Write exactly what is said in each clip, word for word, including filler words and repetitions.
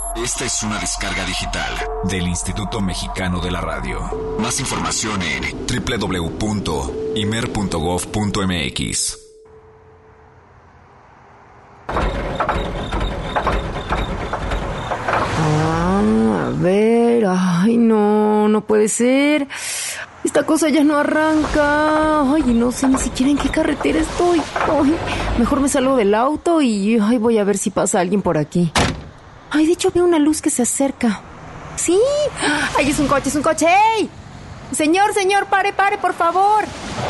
Esta es una descarga digital del Instituto Mexicano de la Radio. Más información en doble u doble u doble u punto i m e r punto gov punto m x. Ah, a ver, ay no, no puede ser. Esta cosa ya no arranca. Ay, no sé ni siquiera en qué carretera estoy. Ay, mejor me salgo del auto y ay, voy a ver si pasa alguien por aquí. Ay, de hecho veo una luz que se acerca. ¡Sí! ¡Ay, es un coche, es un coche! ¡Ey! Señor, señor, pare, pare, por favor.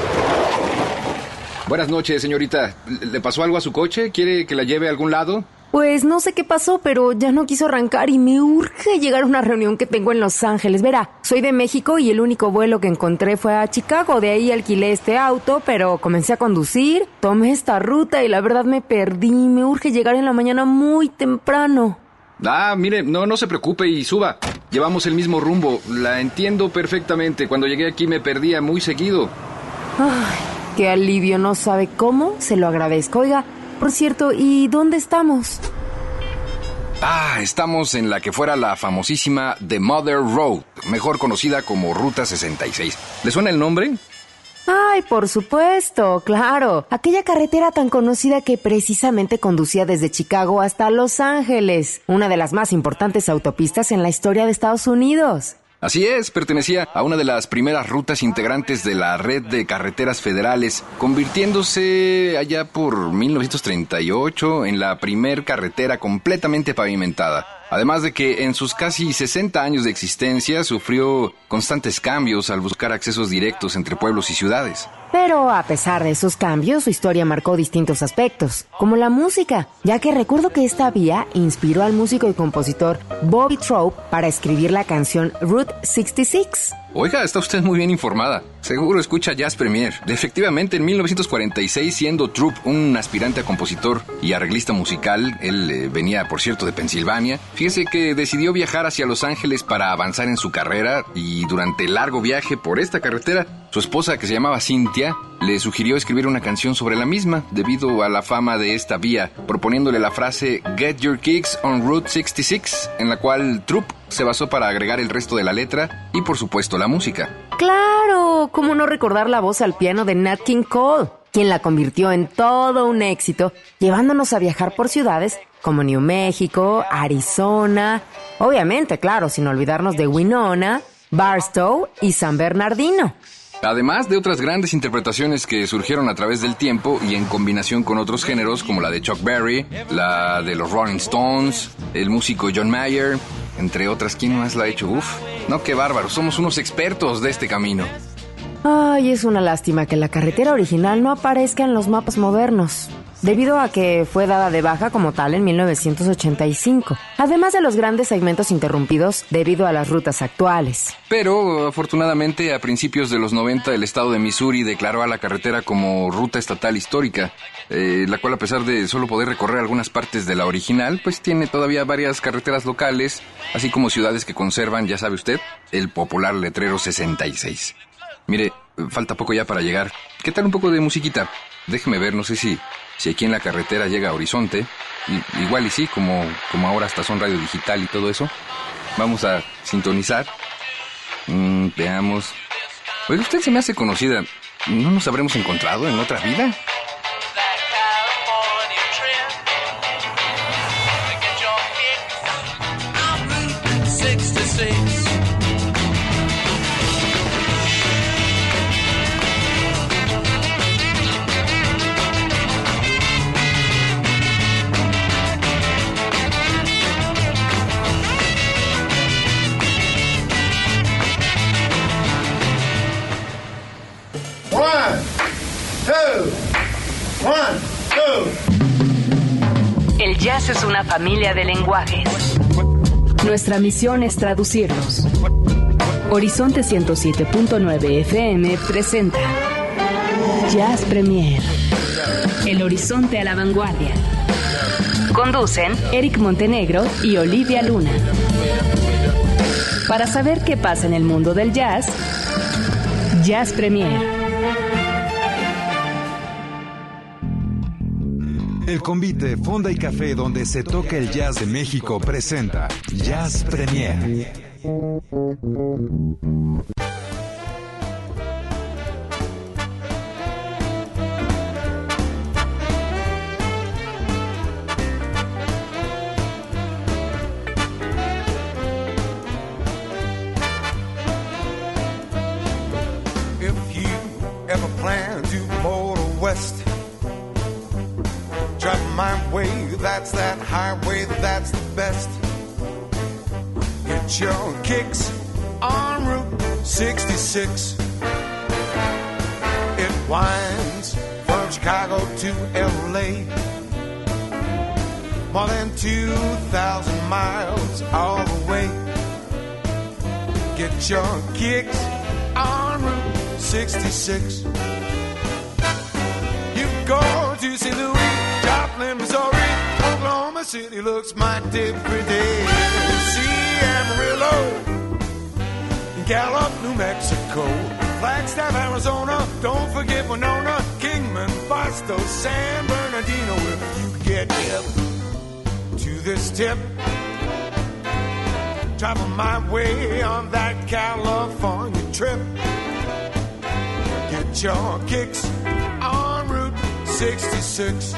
Buenas noches, señorita. ¿Le pasó algo a su coche? ¿Quiere que la lleve a algún lado? Pues no sé qué pasó, pero ya no quiso arrancar y me urge llegar a una reunión que tengo en Los Ángeles. Verá, soy de México y el único vuelo que encontré fue a Chicago. De ahí alquilé este auto, pero comencé a conducir, tomé esta ruta y la verdad me perdí. Me urge llegar en la mañana muy temprano. Ah, mire, no, no se preocupe y suba. Llevamos el mismo rumbo. La entiendo perfectamente. Cuando llegué aquí me perdía muy seguido. Ay, qué alivio. No sabe cómo. Se lo agradezco. Oiga, por cierto, ¿y dónde estamos? Ah, estamos en la que fuera la famosísima The Mother Road, mejor conocida como Ruta sesenta y seis. ¿Le suena el nombre? Ay, por supuesto, claro. Aquella carretera tan conocida que precisamente conducía desde Chicago hasta Los Ángeles, una de las más importantes autopistas en la historia de Estados Unidos. Así es, pertenecía a una de las primeras rutas integrantes de la red de carreteras federales, convirtiéndose allá por mil novecientos treinta y ocho en la primer carretera completamente pavimentada. Además de que en sus casi sesenta años de existencia sufrió constantes cambios al buscar accesos directos entre pueblos y ciudades. Pero a pesar de esos cambios, su historia marcó distintos aspectos, como la música, ya que recuerdo que esta vía inspiró al músico y compositor Bobby Troup para escribir la canción Route sesenta y seis. Oiga, está usted muy bien informada. Seguro escucha Jazz Premier. Efectivamente, en mil novecientos cuarenta y seis, siendo Troup un aspirante a compositor y arreglista musical, él eh, venía, por cierto, de Pensilvania, fíjese que decidió viajar hacia Los Ángeles para avanzar en su carrera y durante el largo viaje por esta carretera, su esposa, que se llamaba Cynthia, le sugirió escribir una canción sobre la misma debido a la fama de esta vía, proponiéndole la frase Get Your Kicks on Route sesenta y seis, en la cual Troup se basó para agregar el resto de la letra y, por supuesto, la música. ¡Claro! ¿Cómo no recordar la voz al piano de Nat King Cole, quien la convirtió en todo un éxito, llevándonos a viajar por ciudades como New México, Arizona, obviamente, claro, sin olvidarnos de Winona, Barstow y San Bernardino? Además de otras grandes interpretaciones que surgieron a través del tiempo y en combinación con otros géneros como la de Chuck Berry, la de los Rolling Stones, el músico John Mayer, entre otras. ¿Quién más la ha hecho? Uf, no, qué bárbaro, somos unos expertos de este camino. Ay, es una lástima que la carretera original no aparezca en los mapas modernos, debido a que fue dada de baja como tal en mil novecientos ochenta y cinco, además de los grandes segmentos interrumpidos debido a las rutas actuales. Pero, afortunadamente, a principios de los noventa, el estado de Missouri declaró a la carretera como ruta estatal histórica, eh, la cual, a pesar de solo poder recorrer algunas partes de la original, pues tiene todavía varias carreteras locales, así como ciudades que conservan, ya sabe usted, el popular letrero sesenta y seis. Mire, falta poco ya para llegar. ¿Qué tal un poco de musiquita? Déjeme ver, no sé si, si aquí en la carretera llega a Horizonte. I, igual y sí, como, como ahora hasta son radio digital y todo eso. Vamos a sintonizar. Mm, veamos. Oye, usted se me hace conocida. ¿No nos habremos encontrado en otra vida? El jazz es una familia de lenguajes. Nuestra misión es traducirlos. Horizonte ciento siete punto nueve F M presenta Jazz Premier. El horizonte a la vanguardia. Conducen Eric Montenegro y Olivia Luna. Para saber qué pasa en el mundo del jazz, Jazz Premier. El convite Fonda y Café, donde se toca el jazz de México, presenta Jazz Premier. That's that highway, that's the best. Get your kicks on Route sixty-six. It winds from Chicago to L A, more than two thousand miles all the way. Get your kicks on Route sixty-six. You go to Saint Louis, Joplin, Missouri, Oklahoma City looks mighty pretty. See Amarillo, Gallup, New Mexico, Flagstaff, Arizona. Don't forget Winona, Kingman, Boston, San Bernardino. If you get hip to this tip, travel my way on that California trip. Get your kicks on Route sixty-six.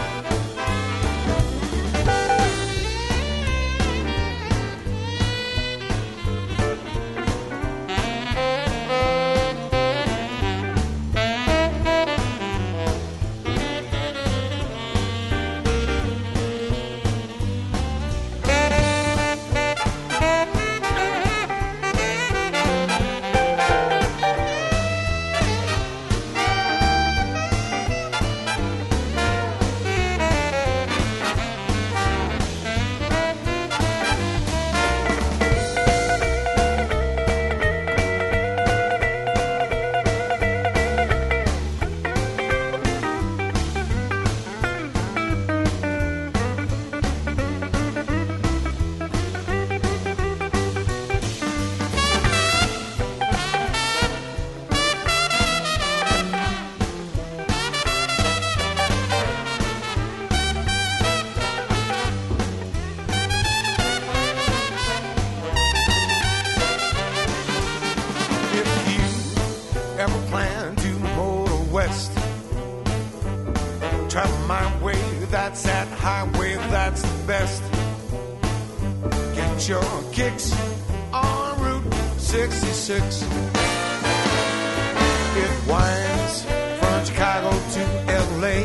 It winds from Chicago to L A,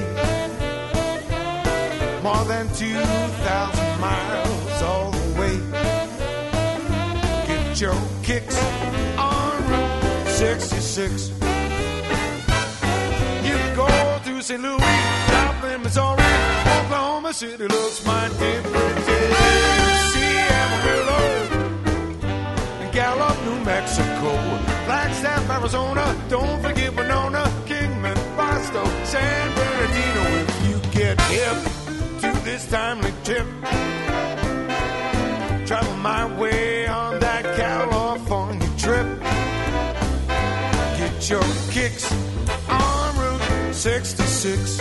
more than two thousand miles all the way. Get your kicks on Route sixty-six. You go through Saint Louis, Joplin, Missouri, Oklahoma City looks mighty pretty. See Amarillo, Gallup, New Mexico, Flagstaff, Arizona. Don't forget Winona, Kingman, Boston, San Bernardino. If you get hip to this timely trip, travel my way on that California trip. Get your kicks on Route sixty-six.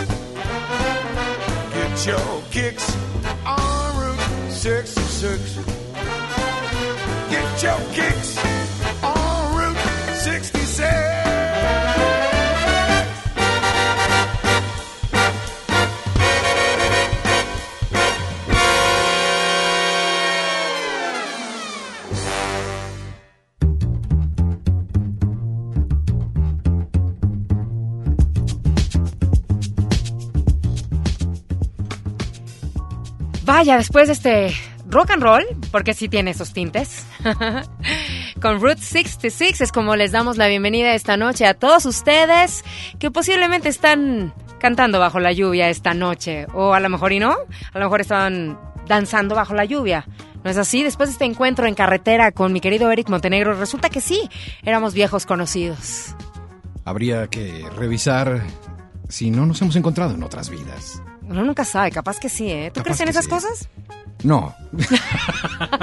Get your kicks on Route sixty-six. Get your kicks on Route sixty-six. Vaya, después de este rock and roll, porque sí tiene esos tintes, con Route sesenta y seis es como les damos la bienvenida esta noche a todos ustedes que posiblemente están cantando bajo la lluvia esta noche, o a lo mejor y no, a lo mejor estaban danzando bajo la lluvia. ¿No es así? Después de este encuentro en carretera con mi querido Eric Montenegro, resulta que sí, éramos viejos conocidos. Habría que revisar si no nos hemos encontrado en otras vidas. Uno nunca sabe, capaz que sí, ¿eh? ¿Tú Capaz crees en que esas sí. cosas? No.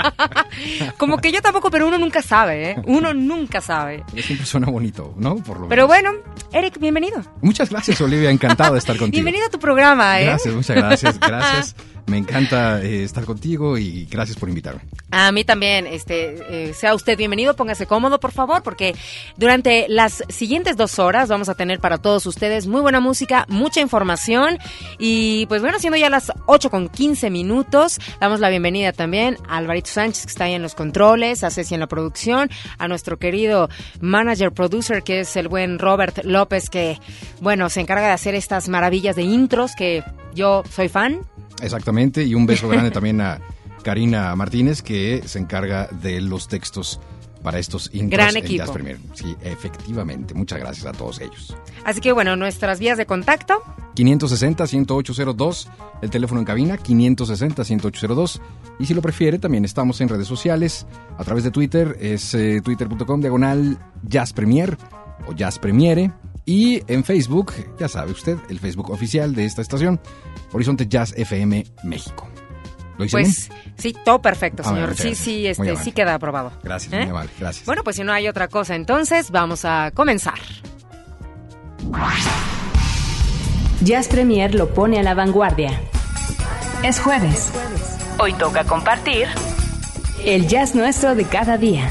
Como que yo tampoco, pero uno nunca sabe, ¿eh? Uno nunca sabe. Siempre suena bonito, ¿no? Por lo Pero menos. bueno, Eric, bienvenido. Muchas gracias, Olivia. Encantado de estar contigo. Bienvenido a tu programa, ¿eh? Gracias, muchas gracias. Gracias. Me encanta eh, estar contigo y gracias por invitarme. A mí también, este, eh, sea usted bienvenido, póngase cómodo, por favor, porque durante las siguientes dos horas vamos a tener para todos ustedes muy buena música, mucha información y pues bueno, siendo ya las ocho con quince minutos, damos la bienvenida también a Alvarito Sánchez, que está ahí en los controles, a Ceci en la producción, a nuestro querido manager producer, que es el buen Robert López, que bueno, se encarga de hacer estas maravillas de intros que yo soy fan. Exactamente, y un beso grande también a Karina Martínez, que se encarga de los textos para estos intros. Gran en equipo. Jazz Premier. Sí, efectivamente. Muchas gracias a todos ellos. Así que bueno, nuestras vías de contacto. quinientos sesenta, ciento ocho cero dos, el teléfono en cabina, quinientos sesenta, ciento ocho cero dos. Y si lo prefiere, también estamos en redes sociales, a través de Twitter, es eh, twitter punto com, diagonal Jazz Premier o Jazz Premiere. Y en Facebook, ya sabe usted, el Facebook oficial de esta estación, Horizonte Jazz F M México. ¿Lo hice Pues bien? sí, todo perfecto, Ah, señor. bueno, sí, gracias. sí, Muy este, amable. sí queda aprobado. Gracias, ¿Eh? muy amable, gracias. Bueno, pues si no hay otra cosa, entonces vamos a comenzar. Jazz Premier lo pone a la vanguardia. Es jueves. Hoy toca compartir el jazz nuestro de cada día.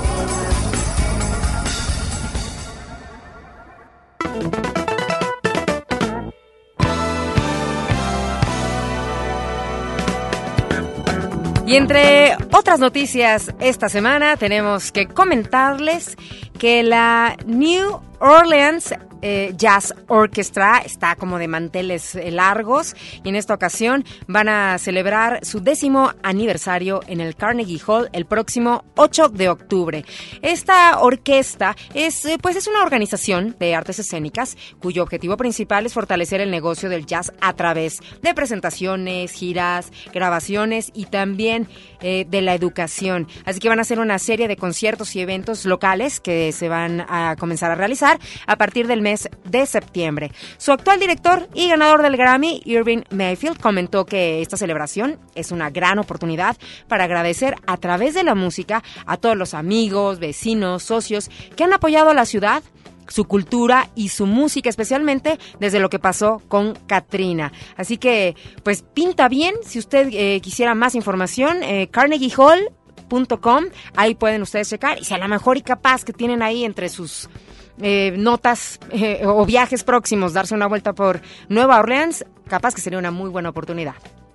Y entre otras noticias esta semana tenemos que comentarles que la New Orleans eh, Jazz Orchestra está como de manteles eh, largos y en esta ocasión van a celebrar su décimo aniversario en el Carnegie Hall el próximo ocho de octubre. Esta orquesta es eh, pues es una organización de artes escénicas cuyo objetivo principal es fortalecer el negocio del jazz a través de presentaciones, giras, grabaciones y también eh, de la educación. Así que van a hacer una serie de conciertos y eventos locales que se van a comenzar a realizar a partir del mes de septiembre. Su actual director y ganador del Grammy, Irving Mayfield, comentó que esta celebración es una gran oportunidad para agradecer a través de la música a todos los amigos, vecinos, socios que han apoyado a la ciudad, su cultura y su música, especialmente desde lo que pasó con Katrina. Así que, pues, pinta bien. Si usted eh, quisiera más información, eh, carnegie hall punto com, ahí pueden ustedes checar. Y si a lo mejor y capaz que tienen ahí entre sus eh, notas eh, o viajes próximos darse una vuelta por Nueva Orleans, capaz que sería una muy buena oportunidad.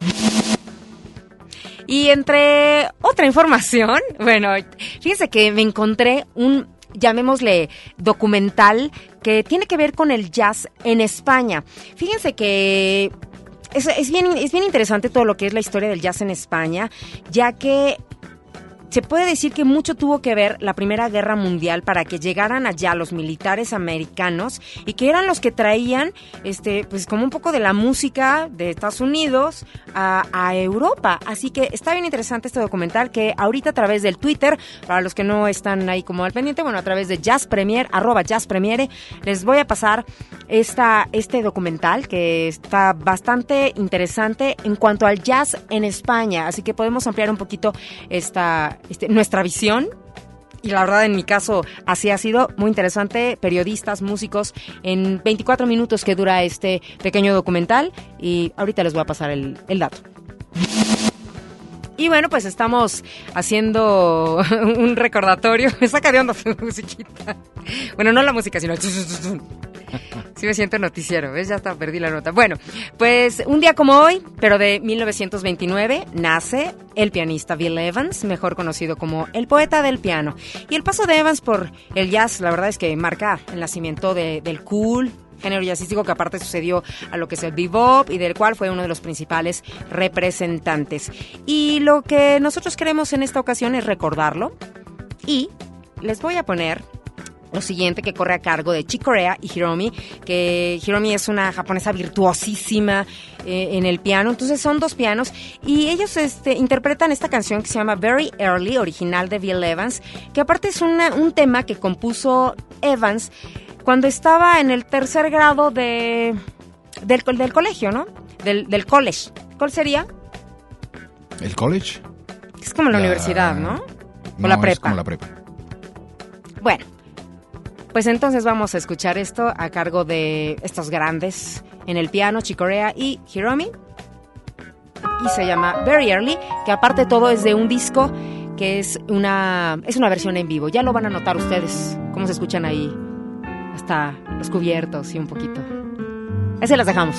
Y entre otra información, bueno, fíjense que me encontré un, llamémosle, documental que tiene que ver con el jazz en España. Fíjense que es, es, bien, es bien interesante todo lo que es la historia del jazz en España, ya que se puede decir que mucho tuvo que ver la Primera Guerra Mundial para que llegaran allá los militares americanos y que eran los que traían, este, pues como un poco de la música de Estados Unidos a, a Europa. Así que está bien interesante este documental que ahorita a través del Twitter, para los que no están ahí como al pendiente, bueno, a través de Jazz Premier, arroba Jazz Premiere, les voy a pasar esta, este documental que está bastante interesante en cuanto al jazz en España. Así que podemos ampliar un poquito esta Este, nuestra visión. Y la verdad, en mi caso, así ha sido muy interesante. Periodistas, músicos, en veinticuatro minutos que dura este pequeño documental. Y ahorita les voy a pasar el, el dato. Y bueno, pues estamos haciendo un recordatorio. Me saca de onda su musiquita. Bueno, no la música, sino el... Sí me siento noticiero, ¿ves? Ya hasta perdí la nota. Bueno, pues un día como hoy, pero de mil novecientos veintinueve, nace el pianista Bill Evans, mejor conocido como el poeta del piano. Y el paso de Evans por el jazz, la verdad es que marca el nacimiento de, del cool, género jazzístico que aparte sucedió a lo que es el bebop y del cual fue uno de los principales representantes. Y lo que nosotros queremos en esta ocasión es recordarlo y les voy a poner lo siguiente que corre a cargo de Chick Corea y Hiromi, que Hiromi es una japonesa virtuosísima eh, en el piano, entonces son dos pianos y ellos este, interpretan esta canción que se llama Very Early, original de Bill Evans, que aparte es una, un tema que compuso Evans cuando estaba en el tercer grado de del, del colegio, ¿no? Del, del college. ¿Cuál sería? ¿El college? Es como la, la universidad, ¿no? O no, la prepa. Es como la prepa. Bueno, pues entonces vamos a escuchar esto a cargo de estos grandes en el piano, Chick Corea y Hiromi. Y se llama Very Early, que aparte de todo es de un disco que es una, es una versión en vivo. Ya lo van a notar ustedes, cómo se escuchan ahí, hasta los cubiertos y un poquito. Ahí se las dejamos.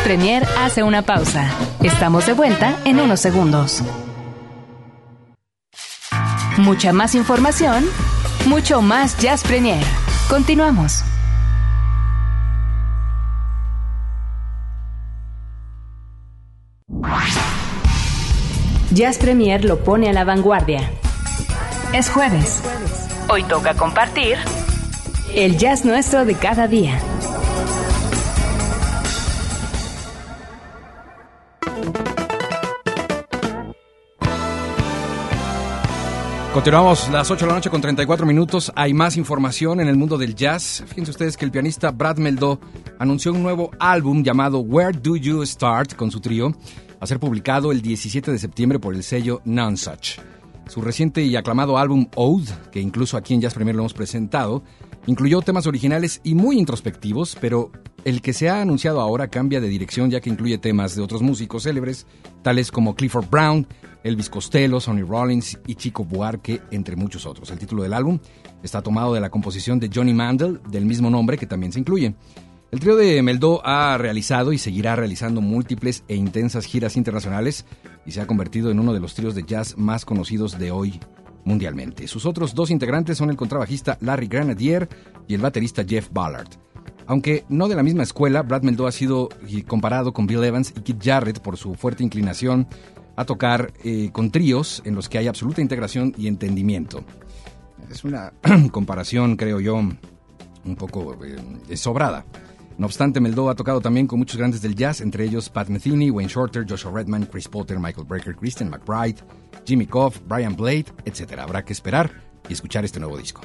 Premier hace una pausa. Estamos de vuelta en unos segundos. Mucha más información, mucho más Jazz Premier. Continuamos. Jazz Premier lo pone a la vanguardia. Es jueves. Hoy toca compartir el jazz nuestro de cada día. Continuamos las ocho de la noche con treinta y cuatro minutos. Hay más información en el mundo del jazz. Fíjense ustedes que el pianista Brad Mehldau anunció un nuevo álbum llamado Where Do You Start con su trío, a ser publicado el diecisiete de septiembre por el sello Nonesuch. Su reciente y aclamado álbum Ode, que incluso aquí en Jazz Premier lo hemos presentado, incluyó temas originales y muy introspectivos, pero el que se ha anunciado ahora cambia de dirección, ya que incluye temas de otros músicos célebres, tales como Clifford Brown, Elvis Costello, Sonny Rollins y Chico Buarque, entre muchos otros. El título del álbum está tomado de la composición de Johnny Mandel, del mismo nombre, que también se incluye. El trío de Mehldau ha realizado y seguirá realizando múltiples e intensas giras internacionales y se ha convertido en uno de los tríos de jazz más conocidos de hoy mundialmente. Sus otros dos integrantes son el contrabajista Larry Grenadier y el baterista Jeff Ballard. Aunque no de la misma escuela, Brad Mehldau ha sido comparado con Bill Evans y Keith Jarrett por su fuerte inclinación a tocar eh, con tríos en los que hay absoluta integración y entendimiento. Es una comparación, creo yo, un poco eh, sobrada. No obstante, Mehldau ha tocado también con muchos grandes del jazz, entre ellos Pat Metheny, Wayne Shorter, Joshua Redman, Chris Potter, Michael Brecker, Christian McBride, Jimmy Cobb, Brian Blade, etcétera. Habrá que esperar y escuchar este nuevo disco.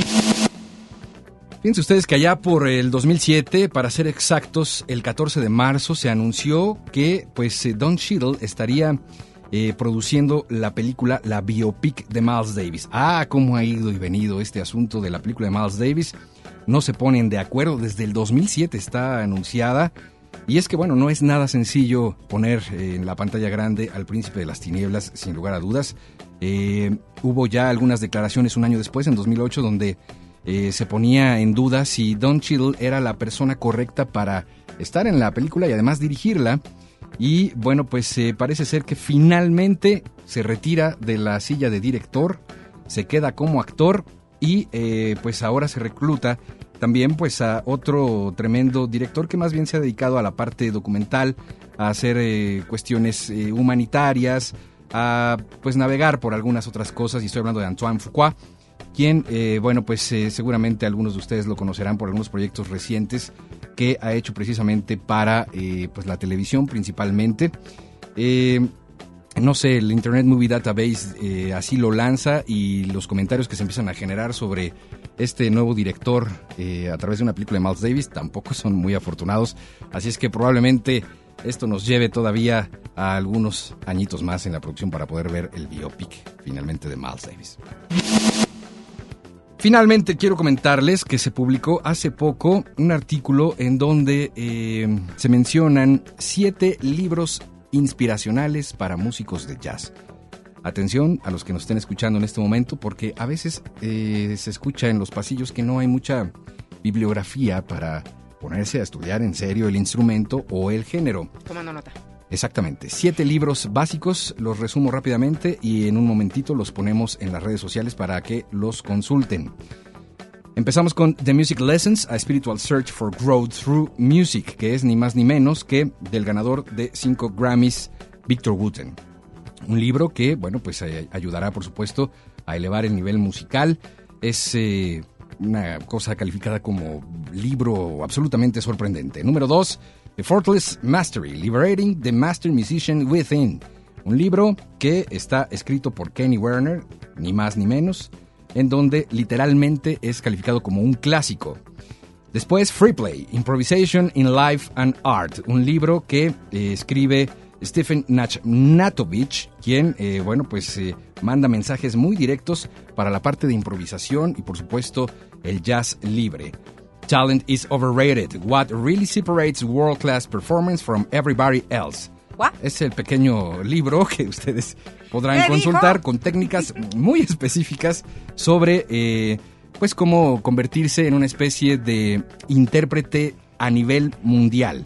Fíjense ustedes que allá por el dos mil siete, para ser exactos, el catorce de marzo, se anunció que pues Don Cheadle estaría eh, produciendo la película, la biopic de Miles Davis. Ah, cómo ha ido y venido este asunto de la película de Miles Davis. No se ponen de acuerdo, desde el dos mil siete está anunciada. Y es que, bueno, no es nada sencillo poner eh, en la pantalla grande al Príncipe de las Tinieblas, sin lugar a dudas. Eh, hubo ya algunas declaraciones un año después, en dos mil ocho, donde eh, se ponía en duda si Don Cheadle era la persona correcta para estar en la película y además dirigirla. Y, bueno, pues eh, parece ser que finalmente se retira de la silla de director, se queda como actor y, eh, pues ahora se recluta también pues a otro tremendo director que más bien se ha dedicado a la parte documental, a hacer eh, cuestiones eh, humanitarias, a pues navegar por algunas otras cosas, y estoy hablando de Antoine Fuqua, quien, eh, bueno, pues eh, seguramente algunos de ustedes lo conocerán por algunos proyectos recientes que ha hecho precisamente para eh, pues la televisión principalmente. Eh, No sé, el Internet Movie Database eh, así lo lanza, y los comentarios que se empiezan a generar sobre este nuevo director eh, a través de una película de Miles Davis tampoco son muy afortunados. Así es que probablemente esto nos lleve todavía a algunos añitos más en la producción para poder ver el biopic finalmente de Miles Davis. Finalmente quiero comentarles que se publicó hace poco un artículo en donde eh, se mencionan siete libros inspiracionales para músicos de jazz. Atención a los que nos estén escuchando en este momento, porque a veces eh, se escucha en los pasillos que no hay mucha bibliografía para ponerse a estudiar en serio el instrumento o el género. Tomando nota. Exactamente. Siete libros básicos, los resumo rápidamente y en un momentito los ponemos en las redes sociales para que los consulten. Empezamos con The Music Lessons, A Spiritual Search for Growth Through Music, que es ni más ni menos que del ganador de cinco Grammys, Victor Wooten. Un libro que, bueno, pues eh, ayudará, por supuesto, a elevar el nivel musical. Es eh, una cosa calificada como libro absolutamente sorprendente. Número dos, The Effortless Mastery, Liberating the Master Musician Within. Un libro que está escrito por Kenny Werner, ni más ni menos, en donde literalmente es calificado como un clásico. Después, Free Play, Improvisation in Life and Art, un libro que eh, escribe Stephen Nachnatovich, quien, eh, bueno, pues eh, manda mensajes muy directos para la parte de improvisación y, por supuesto, el jazz libre. Talent is overrated. What really separates world-class performance from everybody else. ¿What? Es el pequeño libro que ustedes podrán consultar dijo? Con técnicas muy específicas sobre eh, pues cómo convertirse en una especie de intérprete a nivel mundial.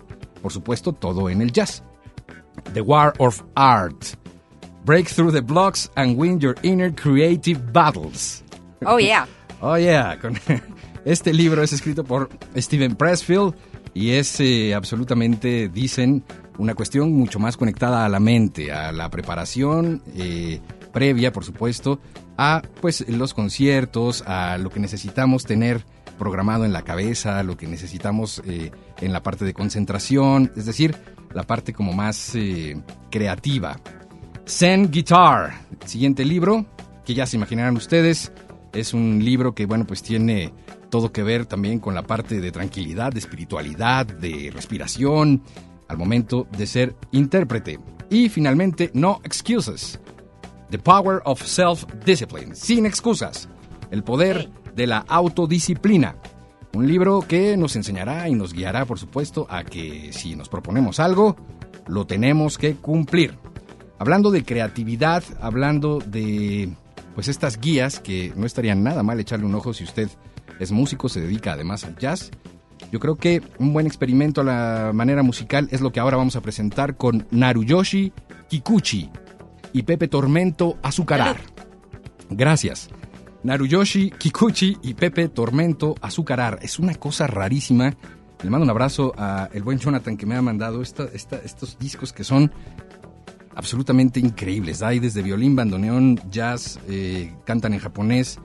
por supuesto, todo en el jazz. The War of Art. Break through the blocks and win your inner creative battles. Oh, yeah. Oh, yeah. Este libro es escrito por Steven Pressfield y es eh, absolutamente, dicen, una cuestión mucho más conectada a la mente, a la preparación eh, previa, por supuesto, a pues los conciertos, a lo que necesitamos tener programado en la cabeza, lo que necesitamos eh, en la parte de concentración, es decir, la parte como más eh, creativa. Zen Guitar, el siguiente libro, que ya se imaginarán ustedes, es un libro que, bueno, pues tiene todo que ver también con la parte de tranquilidad, de espiritualidad, de respiración, al momento de ser intérprete. Y finalmente, No Excuses, The Power of Self-Discipline, sin excusas, el poder de la autodisciplina. Un libro que nos enseñará y nos guiará, por supuesto, a que si nos proponemos algo, lo tenemos que cumplir. Hablando de creatividad, hablando de pues estas guías que no estarían nada mal echarle un ojo si usted es músico, se dedica además al jazz. Yo creo que un buen experimento a la manera musical es lo que ahora vamos a presentar con Naruyoshi Kikuchi y Pepe Tormento Azucarar. Gracias. Naruyoshi Kikuchi y Pepe Tormento Azucarar. Es una cosa rarísima. Le mando un abrazo a el buen Jonathan que me ha mandado esta, esta, estos discos que son absolutamente increíbles. Hay desde violín, bandoneón, jazz, eh, cantan en japonés.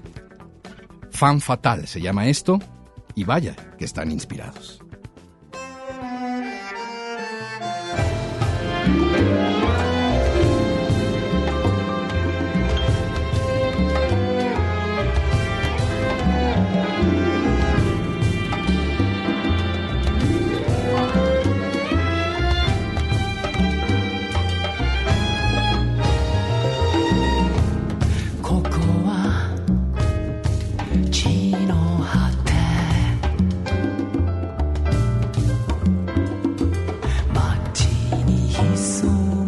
Fan Fatal se llama esto. Y vaya que están inspirados. So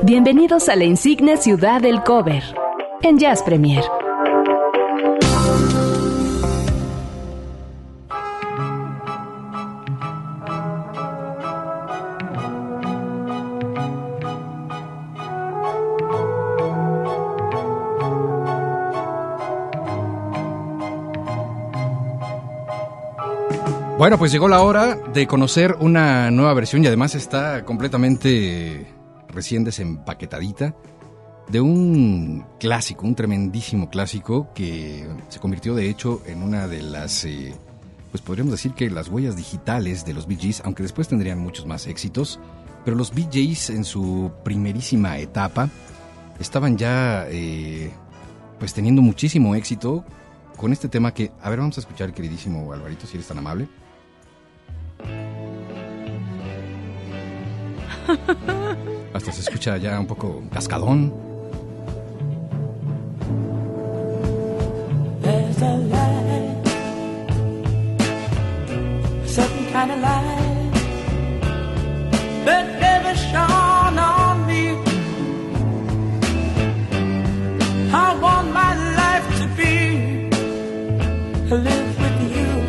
Bienvenidos a la insigne ciudad del cover en Jazz Premier. Bueno, pues llegó la hora de conocer una nueva versión y además está completamente recién desempaquetadita de un clásico, un tremendísimo clásico que se convirtió de hecho en una de las, eh, pues podríamos decir que las huellas digitales de los Bee Gees, aunque después tendrían muchos más éxitos, pero los Bee Gees en su primerísima etapa estaban ya eh, pues teniendo muchísimo éxito con este tema que, a ver, vamos a escuchar, queridísimo Alvarito, si eres tan amable. Hasta se escucha ya un poco cascadón. There's a light, a certain kind of light that never shone on me. I want my life to be to live with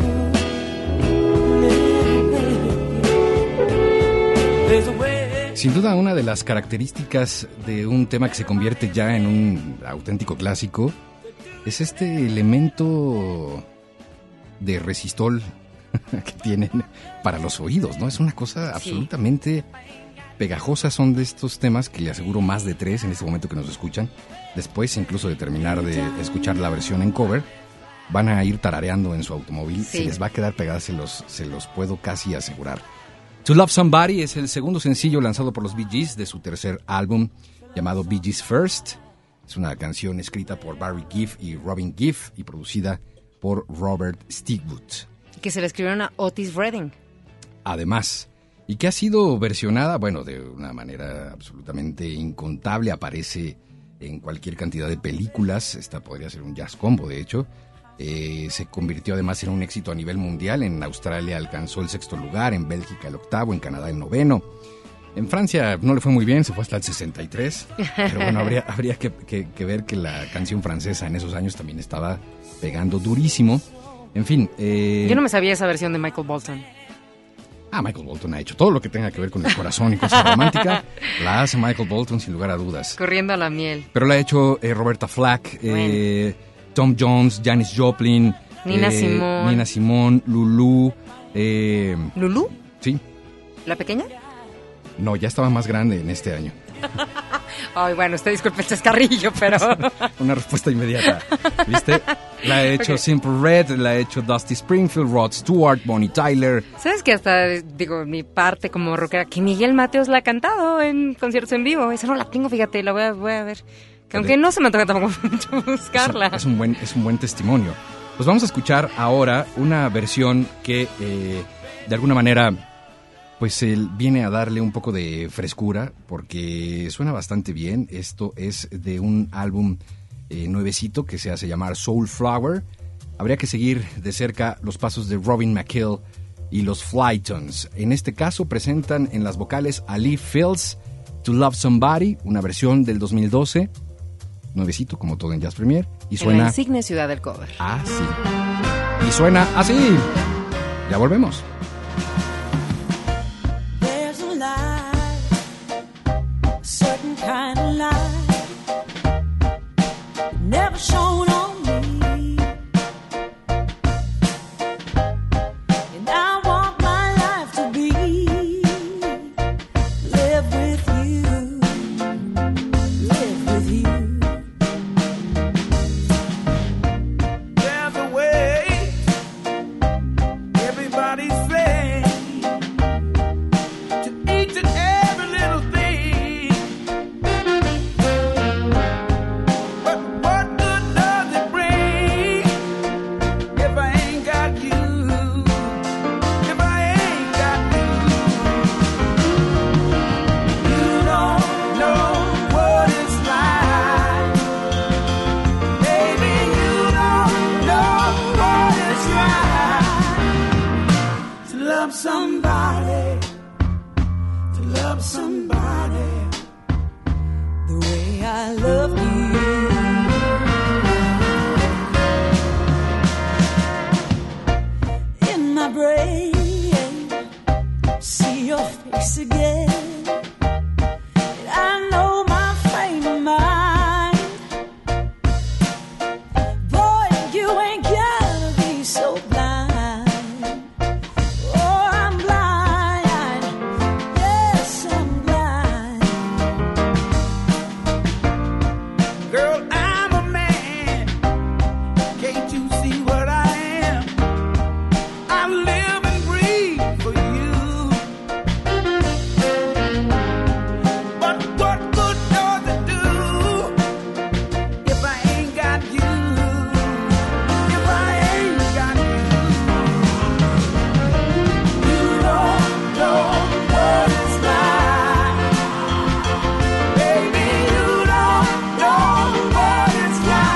you, live with you. There's a way. Sin duda, una de las características de un tema que se convierte ya en un auténtico clásico es este elemento de resistol que tienen para los oídos, ¿no? Es una cosa absolutamente pegajosa. Son de estos temas que le aseguro más de tres en este momento que nos escuchan. Después, incluso de terminar de escuchar la versión en cover, van a ir tarareando en su automóvil. Sí. Se les va a quedar pegada, se los, se los puedo casi asegurar. To Love Somebody es el segundo sencillo lanzado por los Bee Gees de su tercer álbum llamado Bee Gees First. Es una canción escrita por Barry Gibb y Robin Gibb y producida por Robert Stigwood. Que se le escribieron a Otis Redding. Además, y que ha sido versionada, bueno, de una manera absolutamente incontable. Aparece en cualquier cantidad de películas. Esta podría ser un jazz combo, de hecho. Eh, se convirtió además en un éxito a nivel mundial. En Australia alcanzó el sexto lugar, en Bélgica el octavo, en Canadá el noveno. En Francia no le fue muy bien, se fue hasta el sesenta y tres. Pero bueno, habría, habría que, que, que ver que la canción francesa en esos años también estaba pegando durísimo. En fin. Eh... Yo no me sabía esa versión de Michael Bolton. Ah, Michael Bolton ha hecho todo lo que tenga que ver con el corazón y cosas románticas. La hace Michael Bolton sin lugar a dudas. Corriendo a la miel. Pero la ha hecho eh, Roberta Flack, bueno. eh, Tom Jones, Janis Joplin, Nina eh, Simone, Nina Simone, Lulú. Eh, ¿Lulú? Sí. ¿La pequeña? No, ya estaba más grande en este año. Ay, bueno, usted disculpe el chascarrillo, pero... Una respuesta inmediata, ¿viste? La ha hecho okay. Simple Red, la ha hecho Dusty Springfield, Rod Stewart, Bonnie Tyler. ¿Sabes que hasta, digo, mi parte como rockera, que Miguel Mateos la ha cantado en conciertos en vivo? Esa no la tengo, fíjate, la voy a, voy a ver. Que aunque no se me antoja tampoco mucho buscarla. Es un, es un, buen, es un buen testimonio. Pues vamos a escuchar ahora una versión que, eh, de alguna manera... pues él viene a darle un poco de frescura porque suena bastante bien. Esto es de un álbum eh, nuevecito que se hace llamar Soulflower. Habría que seguir de cerca los pasos de Robin McKill y los Flytones. En este caso presentan en las vocales a Lee Fields, To Love Somebody, una versión del dos mil doce, nuevecito como todo en Jazz Premier. Y suena... En la insigne ciudad del cover. Así. Y suena así. Ya volvemos. Kind of light never shone on me, and I want my life to be live with you, live with you. There's a way everybody's saying to each and every little thing. Somebody, to love somebody, I love you. In my brain, see your face again. I know my frame of mind. Boy, you ain't gotta be so blind. Oh, I'm blind. Yes, I'm blind. Girl, I'm a man. Can't you see what I am? I live and breathe for you. But what good does it do if I ain't got you? If I ain't got you, you don't know what it's like. Baby, you don't know what it's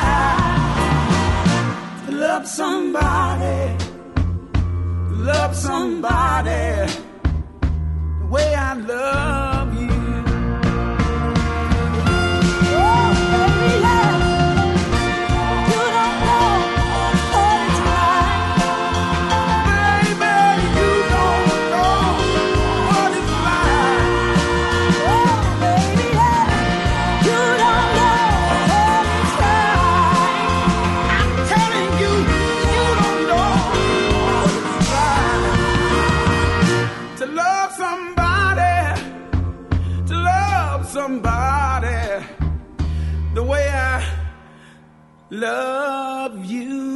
like to love somebody, to love somebody the way I love you. Oh, baby, yeah. You don't know what it's like. Baby, you don't know what it's like. Oh, baby, yeah. You don't know what it's like. I'm telling you, you don't know what it's like to love somebody, to love somebody the way I love you.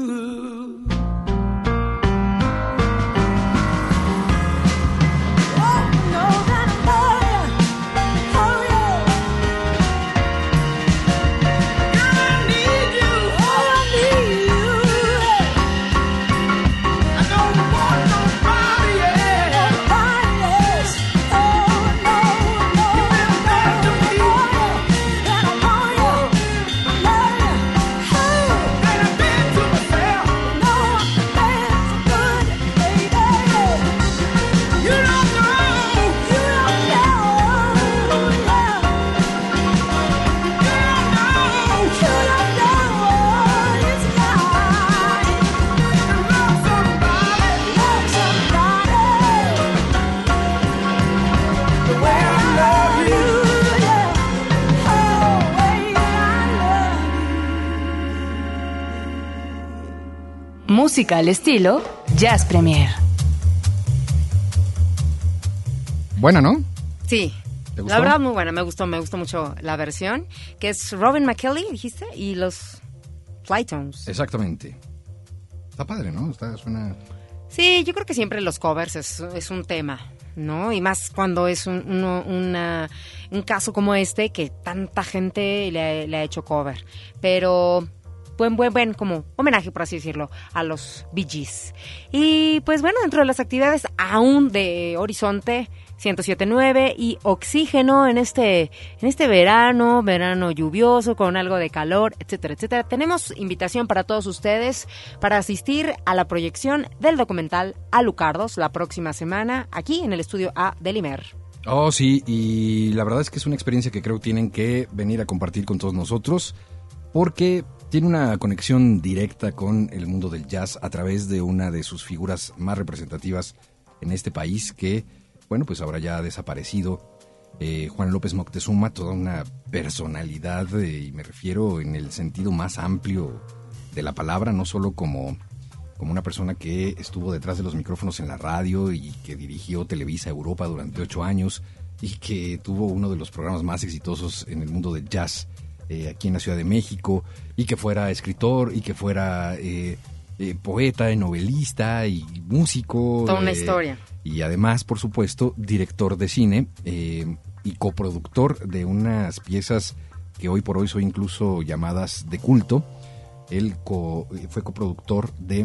Oh, know that I love you. Oh, yeah. Girl, I need you. Oh, I need you. I don't want nobody else. Nobody else. Oh, no, no. You been back to me. Oh, yeah. That I want you. Love you. Hey. And I've been to myself. No, I'm good, baby. You don't know. You don't know, yeah. You don't know. You don't know what it's like To love somebody to love somebody the way I love you. yeah. Oh, way I love you. Música al estilo Jazz Premier. Buena, ¿no? Sí. ¿Te gustó? La verdad, muy buena. Me gustó, me gustó mucho la versión. Que es Robin McKelly, dijiste, y los Flytones. Exactamente. Está padre, ¿no? Está, suena... Sí, yo creo que siempre los covers es, es un tema, ¿no? Y más cuando es un, uno- una, un caso como este que tanta gente le, ha- le ha hecho cover. Pero buen, buen, buen, como homenaje, por así decirlo, a los Bee Gees. Y pues bueno, dentro de las actividades aún de Horizonte ciento siete punto nueve y Oxígeno en este, en este verano, verano lluvioso, con algo de calor, etcétera, etcétera. Tenemos invitación para todos ustedes para asistir a la proyección del documental Alucardos la próxima semana aquí en el estudio A del Imer. Oh, sí, y la verdad es que es una experiencia que creo que tienen que venir a compartir con todos nosotros, porque tiene una conexión directa con el mundo del jazz a través de una de sus figuras más representativas en este país, que, bueno, pues ahora ya ha desaparecido, eh, Juan López Moctezuma, toda una personalidad, eh, y me refiero en el sentido más amplio de la palabra, no solo como, como una persona que estuvo detrás de los micrófonos en la radio y que dirigió Televisa Europa durante ocho años y que tuvo uno de los programas más exitosos en el mundo del jazz eh, aquí en la Ciudad de México, y que fuera escritor y que fuera eh, eh, poeta, novelista y músico. Toda una eh, historia. Y además, por supuesto, director de cine eh, y coproductor de unas piezas que hoy por hoy son incluso llamadas de culto. Él co- fue coproductor de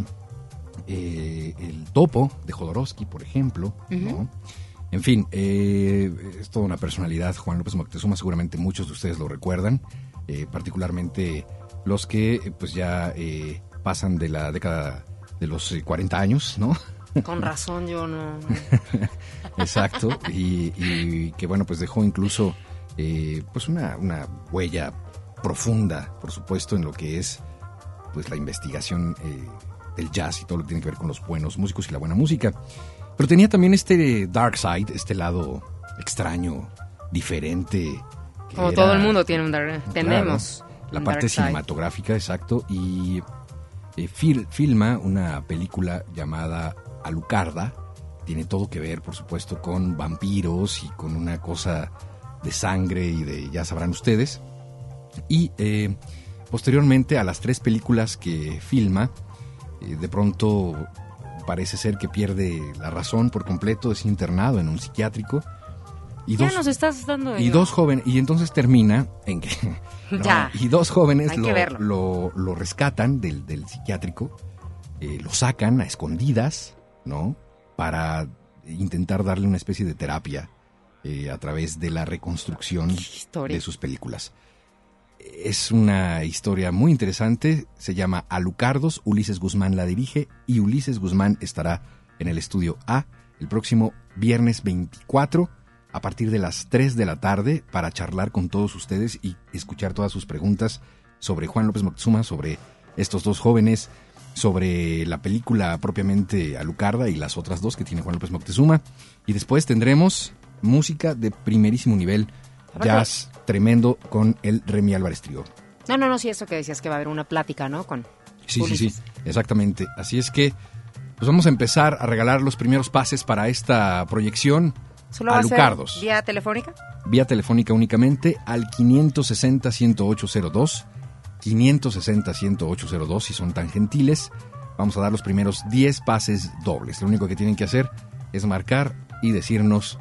eh, El Topo, de Jodorowsky, por ejemplo, ¿no? En fin, eh, es toda una personalidad, Juan López Moctezuma, seguramente muchos de ustedes lo recuerdan, eh, particularmente los que eh, pues ya eh, pasan de la década de los eh, cuarenta años, ¿no? Con razón yo no... Exacto, y, y que bueno, pues dejó incluso eh, pues una, una huella profunda, por supuesto, en lo que es pues la investigación eh, del jazz y todo lo que tiene que ver con los buenos músicos y la buena música. Pero tenía también este dark side, este lado extraño, diferente. Como todo el mundo tiene un dark, tenemos claro, la un parte dark side. cinematográfica, exacto, y eh, fil, filma una película llamada Alucarda. Tiene todo que ver, por supuesto, con vampiros y con una cosa de sangre y de, ya sabrán ustedes. Y eh, posteriormente a las tres películas que filma, eh, de pronto parece ser que pierde la razón por completo, es internado en un psiquiátrico. Y ya dos, nos estás dando... Y dos jóvenes, y entonces termina en que... no, ya. Y dos jóvenes Hay lo, que verlo. lo, lo rescatan del, del psiquiátrico, eh, lo sacan a escondidas, ¿no? Para intentar darle una especie de terapia eh, a través de la reconstrucción de sus películas. Es una historia muy interesante, se llama Alucardos, Ulises Guzmán la dirige y Ulises Guzmán estará en el estudio A el próximo viernes veinticuatro a partir de las tres de la tarde para charlar con todos ustedes y escuchar todas sus preguntas sobre Juan López Moctezuma, sobre estos dos jóvenes, sobre la película propiamente Alucarda y las otras dos que tiene Juan López Moctezuma. Y después tendremos música de primerísimo nivel, jazz tremendo con el Remy Álvarez Trío. No, no, no, sí, eso que decías que va a haber una plática, ¿no? Con Sí, Ulises. sí, sí, exactamente. Así es que pues vamos a empezar a regalar los primeros pases para esta proyección. ¿Solo va a Alucardos. ser vía telefónica? Vía telefónica únicamente al quinientos sesenta, ciento ocho cero dos, quinientos sesenta, ciento ocho cero dos, si son tan gentiles. Vamos a dar los primeros diez pases dobles. Lo único que tienen que hacer es marcar y decirnos: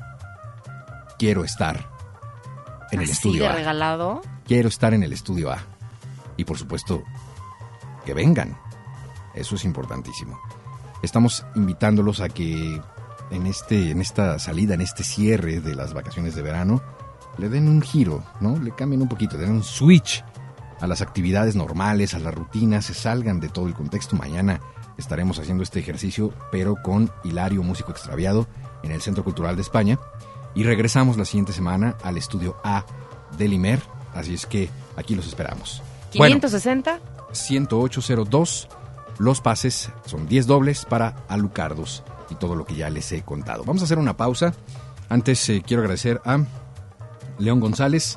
quiero estar en el ¿Así estudio de A. regalado? Quiero estar en el estudio A. Y por supuesto, que vengan. Eso es importantísimo. Estamos invitándolos a que en este, en esta salida, en este cierre de las vacaciones de verano, le den un giro, ¿no? Le cambien un poquito, le den un switch a las actividades normales, a las rutinas, se salgan de todo el contexto. Mañana estaremos haciendo este ejercicio, pero con Hilario, músico extraviado, en el Centro Cultural de España. Y regresamos la siguiente semana al estudio A del Imer. Así es que aquí los esperamos. ¿quinientos sesenta? Bueno, ciento ocho cero dos. Los pases son diez dobles para Alucardos y todo lo que ya les he contado. Vamos a hacer una pausa. Antes eh, quiero agradecer a León González.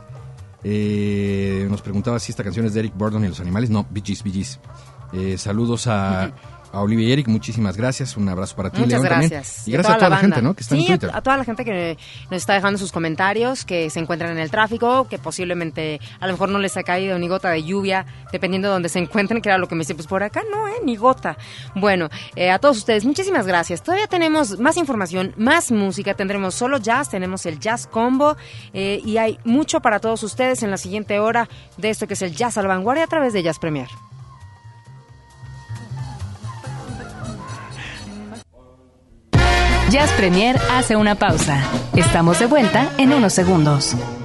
Eh, nos preguntaba si esta canción es de Eric Burdon y los animales. No, Bee Gees, Bee Gees. Eh, saludos a... A Olivia y Eric, muchísimas gracias. Un abrazo para ti, Muchas León, gracias. también. Y gracias a toda la, gente, ¿no? Que está sí, en Twitter. a, a toda la gente que nos está dejando sus comentarios, que se encuentran en el tráfico, que posiblemente a lo mejor no les ha caído ni gota de lluvia, dependiendo de donde se encuentren, que era lo que me decía, pues por acá no, ¿eh? Ni gota. Bueno, eh, a todos ustedes, muchísimas gracias. Todavía tenemos más información, más música, tendremos solo jazz, tenemos el Jazz Combo, eh, y hay mucho para todos ustedes en la siguiente hora de esto que es el Jazz a la Vanguardia a través de Jazz Premier. Jazz Premier hace una pausa. Estamos de vuelta en unos segundos.